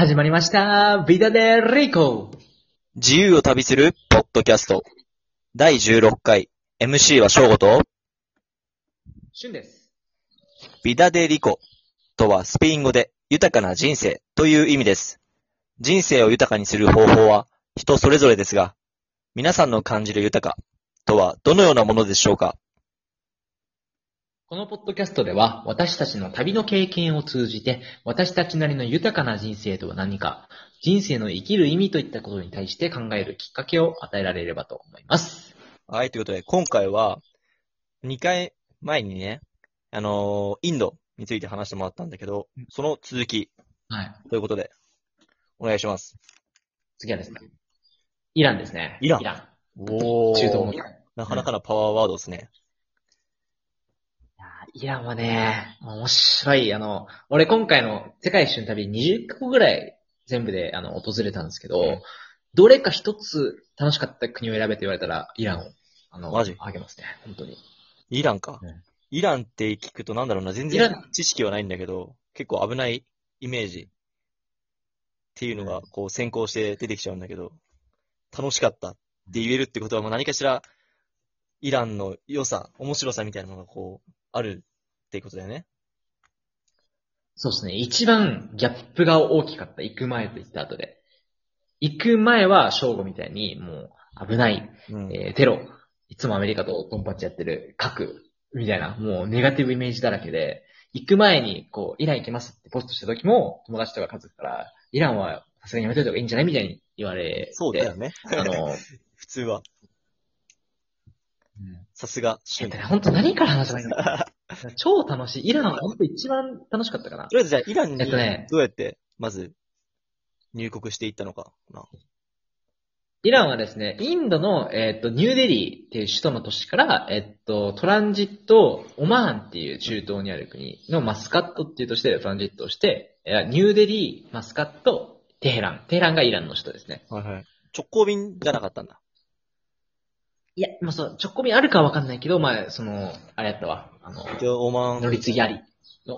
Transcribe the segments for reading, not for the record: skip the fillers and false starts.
始まりました。ビダデリコ。 自由を旅するポッドキャスト第16回 MC は翔吾とシュンです。 ビダデリコとはスペイン語で豊かな人生という意味です。人生を豊かにする方法は人それぞれですが、皆さんの感じる豊かとはどのようなものでしょうか？ このポッドキャストでは私たちの旅の経験を通じて私たちなりの豊かな人生とは何か、人生の生きる意味といったことに対して考えるきっかけを与えられればと思います。 はい、ということで今回は2回前にね、インドについて話してもらったんだけど、その続きはい。 ということでお願いします。 次はですね、イランですね。 イラン。 イラン。 おー、 中東のイラン。 なかなかなパワーワードですね。 イランはね、面白い。俺今回の世界一周の旅20カ国ぐらい全部で訪れたんですけど、どれか一つ楽しかった国を選べと言われたら、イランを、 マジあげますね。本当に。 イランか。 うんイランって聞くとなんだろうな、全イラン、 然知識はないんだけど、結構危ないイメージっていうのがこう先行して出てきちゃうんだけど、楽しかったって言えるってことは、何かしらイランの良さ、面白さみたいなのがこう、あるっていうことだよね。 そうですね。一番ギャップが大きかった。行く前と行った後で。行く前は、正午みたいに、もう、危ない、 うん。 テロ、いつもアメリカとドンパチやってる核、みたいな、もうネガティブイメージだらけで、行く前に、イラン行きますってポストした時も、友達とか家族から、イランはさすがにやめといた方がいいんじゃないみたいに言われて、 そうだよね。 あの、 普通は。 うん、 さすが、シュン。 本当何から話せばいいのか。超楽しい。イランは本当一番楽しかったかな。 とりあえずじゃあイランにね、 どうやってまず入国していったのかな。 イランはですね、インドの、ニューデリーっていう首都の都市から、トランジット、オマーンっていう中東にある国のマスカットっていう都市でトランジットをして、ニューデリー、マスカット、テヘラン。テヘランがイランの首都ですね。 はいはい。直行便じゃなかったんだ。 いや、まあ、そう、直行便あるかはわかんないけど、まあ、あれやったわ。 で、オマーン。 乗り継ぎありの。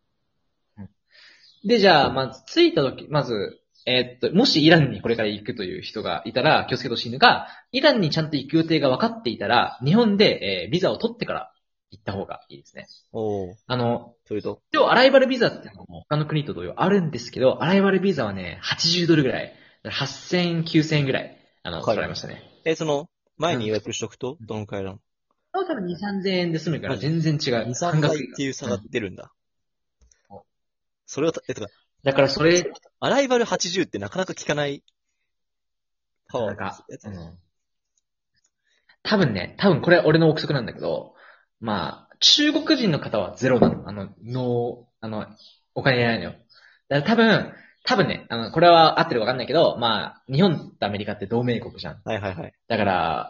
で、じゃあ、まず、着いた時、まず、もしイランにこれから行くという人がいたら、気をつけてほしいのが、イランにちゃんと行く予定が分かっていたら、日本で、ビザを取ってから行った方がいいですね。 おー。それと。 一応、アライバルビザっていうのも他の国と同様あるんですけど、アライバルビザはね、80ドルぐらい。8000、9000円ぐらい、取られましたね。 前に予約しとくと、どのくらいなの？ 多分2、3000円で済むからマジ全然違う。 2、3倍っていう差が出るんだ。それをてか、 だからそれ、 アライバル80ってなかなか聞かないパワーのやつ。 多分これ俺の憶測なんだけど、まあ、中国人の方はゼロなの。お金いらないのよ。だから多分ね、これは合ってるかわかんないけど、まあ、日本とアメリカって同盟国じゃん。 はいはいはい。 だから、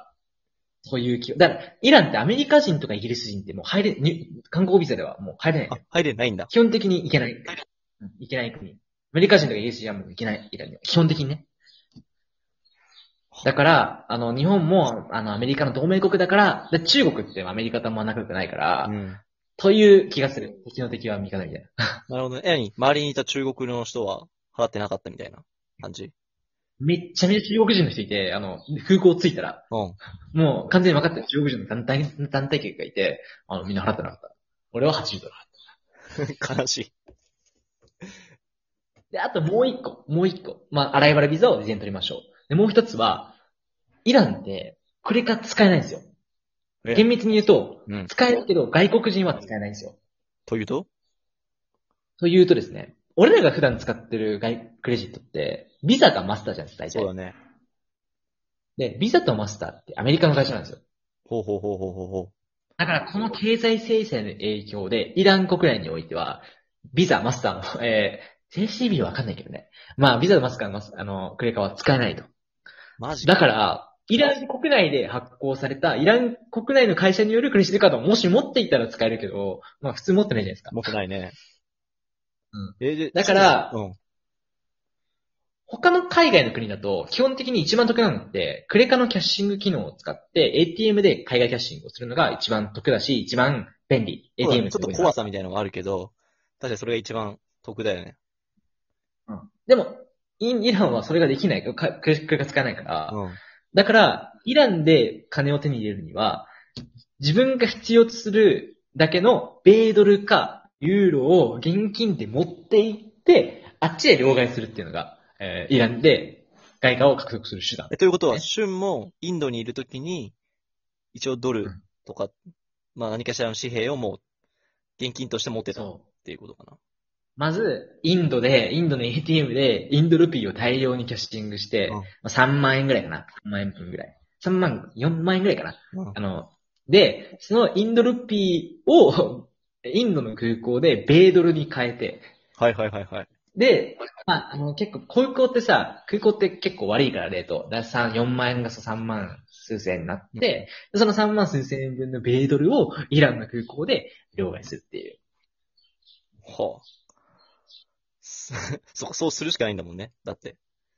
そういうだから、イランってアメリカ人とかイギリス人ってもう観光ビザではもう入れないのよ。 入れないんだ。 基本的に行けない。行けない国。アメリカ人とかイギリス人はもう行けない。イランには基本的にね。だから、日本も、アメリカの同盟国だから、で中国ってアメリカとあんま仲良くないから、 うん。 という気がする。敵の敵は味方みたいな。 なるほどね。周りにいた中国の人は払ってなかったみたいな感じ？ めっちゃめちゃ中国人の人いて、空港着いたら、 うん。 もう完全に分かってる中国人の団体客がいて、みんな払ってなかった。俺は80ドル払った。 悲しい。 で、あともう一個。まあ、アライバルビザを事前に取りましょう。で、もう一つは、イランって、クレカ使えないんですよ。厳密に言うと、 うん。 使えるけど外国人は使えないんですよ。 というとというとですね、俺らが普段使ってるクレジットって、ビザがマスターじゃん、大体。 そうだね。 で、ビザとマスターってアメリカの会社なんですよ。 ほうほうほうほうほうほう。 だからこの経済制裁の影響で、イラン国内においては、ビザ、マスターの、JCB はわかんないけどね。まあ、ビザとマスターの、クレカは使えないと。 マジだから、イラン国内で発行された、イラン国内の会社によるクレジットカードをもし持っていたら使えるけど、まあ普通持ってないじゃないですか。 持ってないね。 だから、 うん。 他の海外の国だと、基本的に一番得なのって、クレカのキャッシング機能を使って、ATM で海外キャッシングをするのが一番得だし、一番便利。 そうだね ATM ちょっと怖さみたいなのがあるけど、確かにそれが一番得だよね。 うん。 でも、イランはそれができないクレジットカードが使えないから、 うん。 だから、イランで金を手に入れるには、自分が必要とするだけの米ドルかユーロを現金で持って行って、あっちで両替するっていうのが、イランで外貨を獲得する手段。 ということは、 ねシュンもインドにいるときに、一応ドルうんとか、まあ何かしらの紙幣をもう、現金として持ってたっそう。 ていうことかな。 まず、インドの ATM で、インドルピーを大量にキャッシングして、 うんまあ3万円ぐらいかな。3万円分ぐらい。3万、4万円ぐらいかな。 うん。 で、そのインドルピーを、インドの空港で米ドルに変えて、 はいはいはいはい。 で、まあ、結構、空港って結構悪いから、レート。だから4万円が3万数千円になって、でその3万数千円分の米ドルをイランの空港で両替するっていう。 はあ。そうするしかないんだもんね。だって。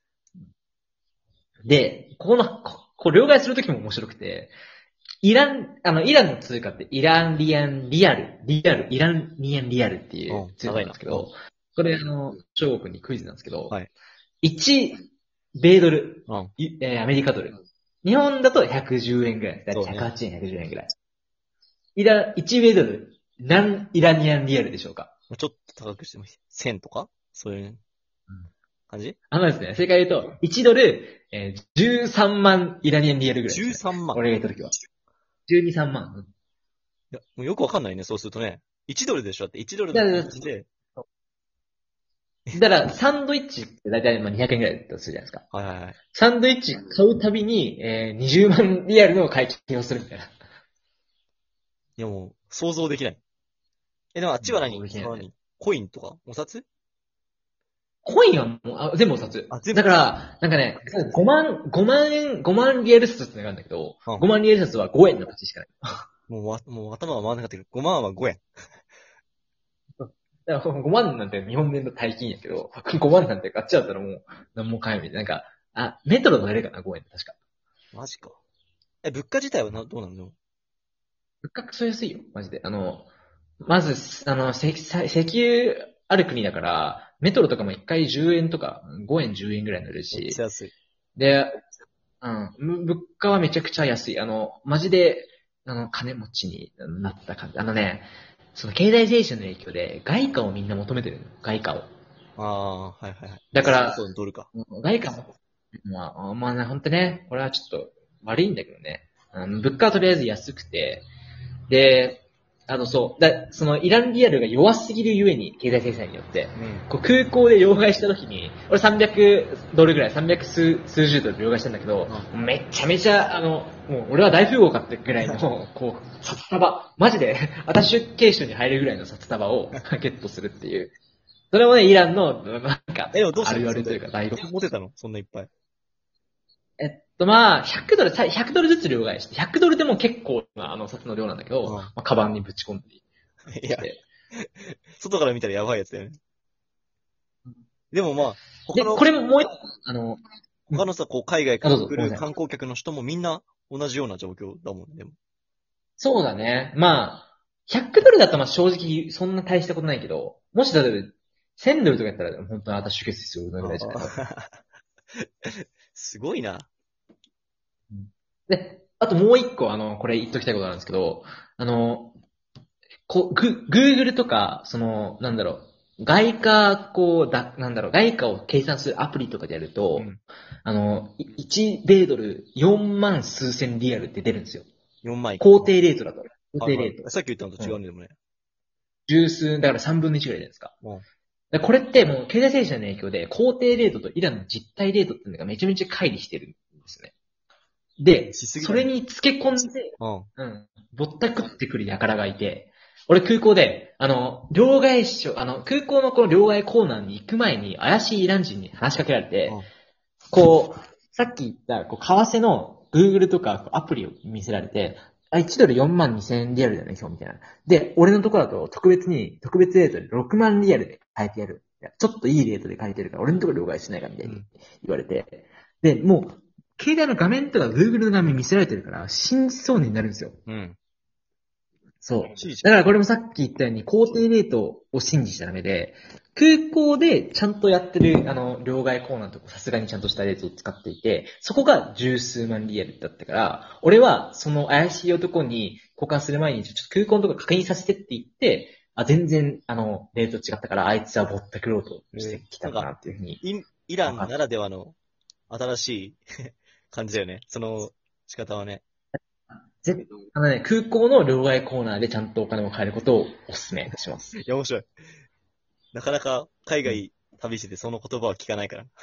で、これ両替するときも面白くて、イランの通貨ってイランリアンリアル、イランリアンリアルっていう通貨なんですけ長いなど、これ中国にクイズなんですけど、 はい。 1米ドル、 うん。 アメリカドル。日本だと110円ぐらいです。 そうね 108円、110円ぐらい。1米ドル、何イラニアンリアルでしょうか？ ちょっと高くしてもいい。1000とかそういう感じ？ ですね、正解言うと、1ドル、13万イラニアンリアルぐらいです、ね。 13万。 俺が言った時は。12、3万。 いや、もうよくわかんないね、そうするとね。1ドルでしょだって1ドルだからの感じで。 だから、サンドイッチって大体200円ぐらいだとするじゃないですか。 はいはいはい。 サンドイッチ買うたびに、20万リアルの会計をするみたいな。 いやもう、想像できない。でもあっちは何？ 想像できないね何コインとかお札？ コインはもう、全部お札。 あ全部だから、なんかね、5万リアル札ってのがあるんだけど、 うん 5万リアル札は5円の価値しかない。 もう頭は回らなかったけど、5万は5円。 だから5万なんて日本円の大金やけど、5万なんて買っちゃったらもう、何も買えんみたいな。なんか、メトロ乗れるかな、5円で確か。 マジか。物価自体はどうなの？ 物価クソ安いよ、マジで。まず、石油ある国だから、メトロとかも1回10円とか、5円10円ぐらい乗るめっしちゃ、安い。 で、物価はめちゃくちゃ安い。マジで、金持ちになった感じ。その経済成長の影響で、外貨をみんな求めてるの。外貨を。 ああ、はいはいはい。 だからそう、ドルか。 外貨も、まあね、ほんとね、これはちょっと悪いんだけどね。物価はとりあえず安くて、で、そのイランリアルが弱すぎるゆえに、経済制裁によって、 うん。 空港で両替した時に、俺300ドルぐらい、300数十ドル両替したんだけど、めちゃめちゃ、もう俺は大富豪かってぐらいの、札束、マジで、アタッシュケーションに入るぐらいの札束をゲットするっていう。それもね、イランの、なんか、 でもどうしたの？ あるあるというか、醍醐味。 持てたのそんないっぱい。 まあ、100ドルずつ両替して、100ドルでも結構な、札の量なんだけど、 うんまあ、カバンにぶち込んでいや、外から見たらやばいやつだよね。でもまあ、 で、これももう一個、 他のさ、海外から来るどうぞごめんなさい観光客の人もみんな同じような状況だもんね、でも。 そうだね。まあ、100ドルだとまあ正直そんな大したことないけど、もし例えば1000ドルとかやったら本当に私出血するぐらいじゃないですか。 すごいな。 で、あともう一個これ言っときたいことなんですけど、Google とか、外貨、外貨を計算するアプリとかでやると、 うん 1米ドル4万数千リアルって出るんですよ。 4万いく。 法定レートだと。法定レート。 はいはいさっき言ったのと違うね、でもね。 十数、だから3分の1ぐらいじゃないですか。 うんでこれってもう経済制裁の影響で、法定レートとイランの実態レートっていうのがめちゃめちゃ乖離してるんですよね。で、 しすぎだそれにつけ込んで、 うん。 ぼったくってくる輩がいて、俺空港で、両替所、空港のこの両替コーナーに行く前に怪しいイラン人に話しかけられて、さっき言った、為替の Google とかアプリを見せられて、1ドル4万2千円リアルだよね、今日みたいな。で、俺のところだと特別レートで6万リアルで変えてやる。ちょっといいレートで変えてるから、俺のところ両替しないかみたいに言われて。で、もう、携帯の画面とか Google の画面見せられてるから、信じそうになるんですよ。 うん。 そう。 指示だからこれもさっき言ったように、工程デートを信じちゃダメで、空港でちゃんとやってる、両替コーナーとかさすがにちゃんとしたレートを使っていて、そこが十数万リアルだったから、俺はその怪しい男に交換する前に、ちょっと空港のとこ確認させてって言って、全然、レート違ったから、あいつはぼったくろうとしてきたかなっていうふうに。 イランならではの新しい感じだよね。その仕方はね。 ぜ空港の両替コーナーでちゃんとお金を変えることをお勧めします。 いや、面白い。なかなか海外旅しててその言葉は聞かないから。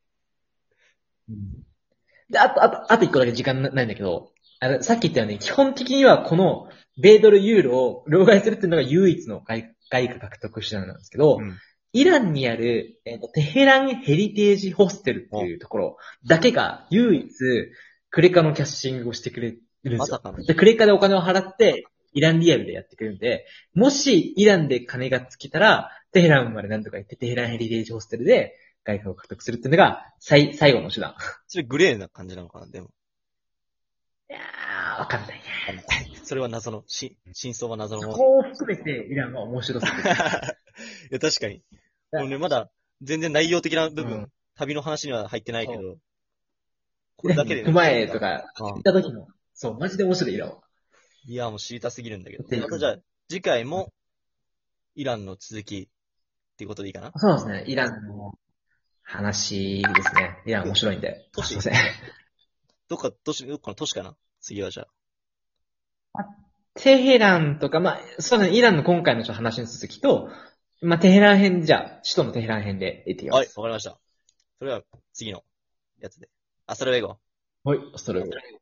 で、あと一個だけ時間ないんだけど、さっき言ったように、基本的にはこの、米ドルユーロを両替するっていうのが唯一の外貨獲得手段なんですけど、 うんイランにある、テヘランヘリテージホステルっていうところだけが唯一、クレカのキャッシングをしてくれるんですよ。 まさかの。 で、クレカでお金を払って、イランリアルでやってくれるんで、もしイランで金が尽きたら、テヘランまでなんとか行って、テヘランヘリテージホステルで外貨を獲得するっていうのが、最後の手段。 それグレーな感じなのかな、でも。 いやー、わかんないね。 それは謎の、真相は謎のそもの。 こを含めて、イランは面白すぎる。 いや、確かに。でもね、まだ全然内容的な部分、 うん旅の話には入ってないけど、これだけでね。 踏まえとか、 うん聞いた時も、そう、マジで面白い、イランは。 いや、もう知りたすぎるんだけど。 ぜひまたじゃあ、次回も、イランの続きっていうことでいいかな。 そうですね、イランの話ですね。イラン面白いんで。 都市すいません。 どっかの都市かな次はじゃあ。 テヘランとか、そうですね、イランの今回の話の続きと、テヘラン編、じゃあ、首都のテヘラン編で行ってきまはい、 す。 わかりました。それは次のやつで。アスタルベゴ。 はい、それを。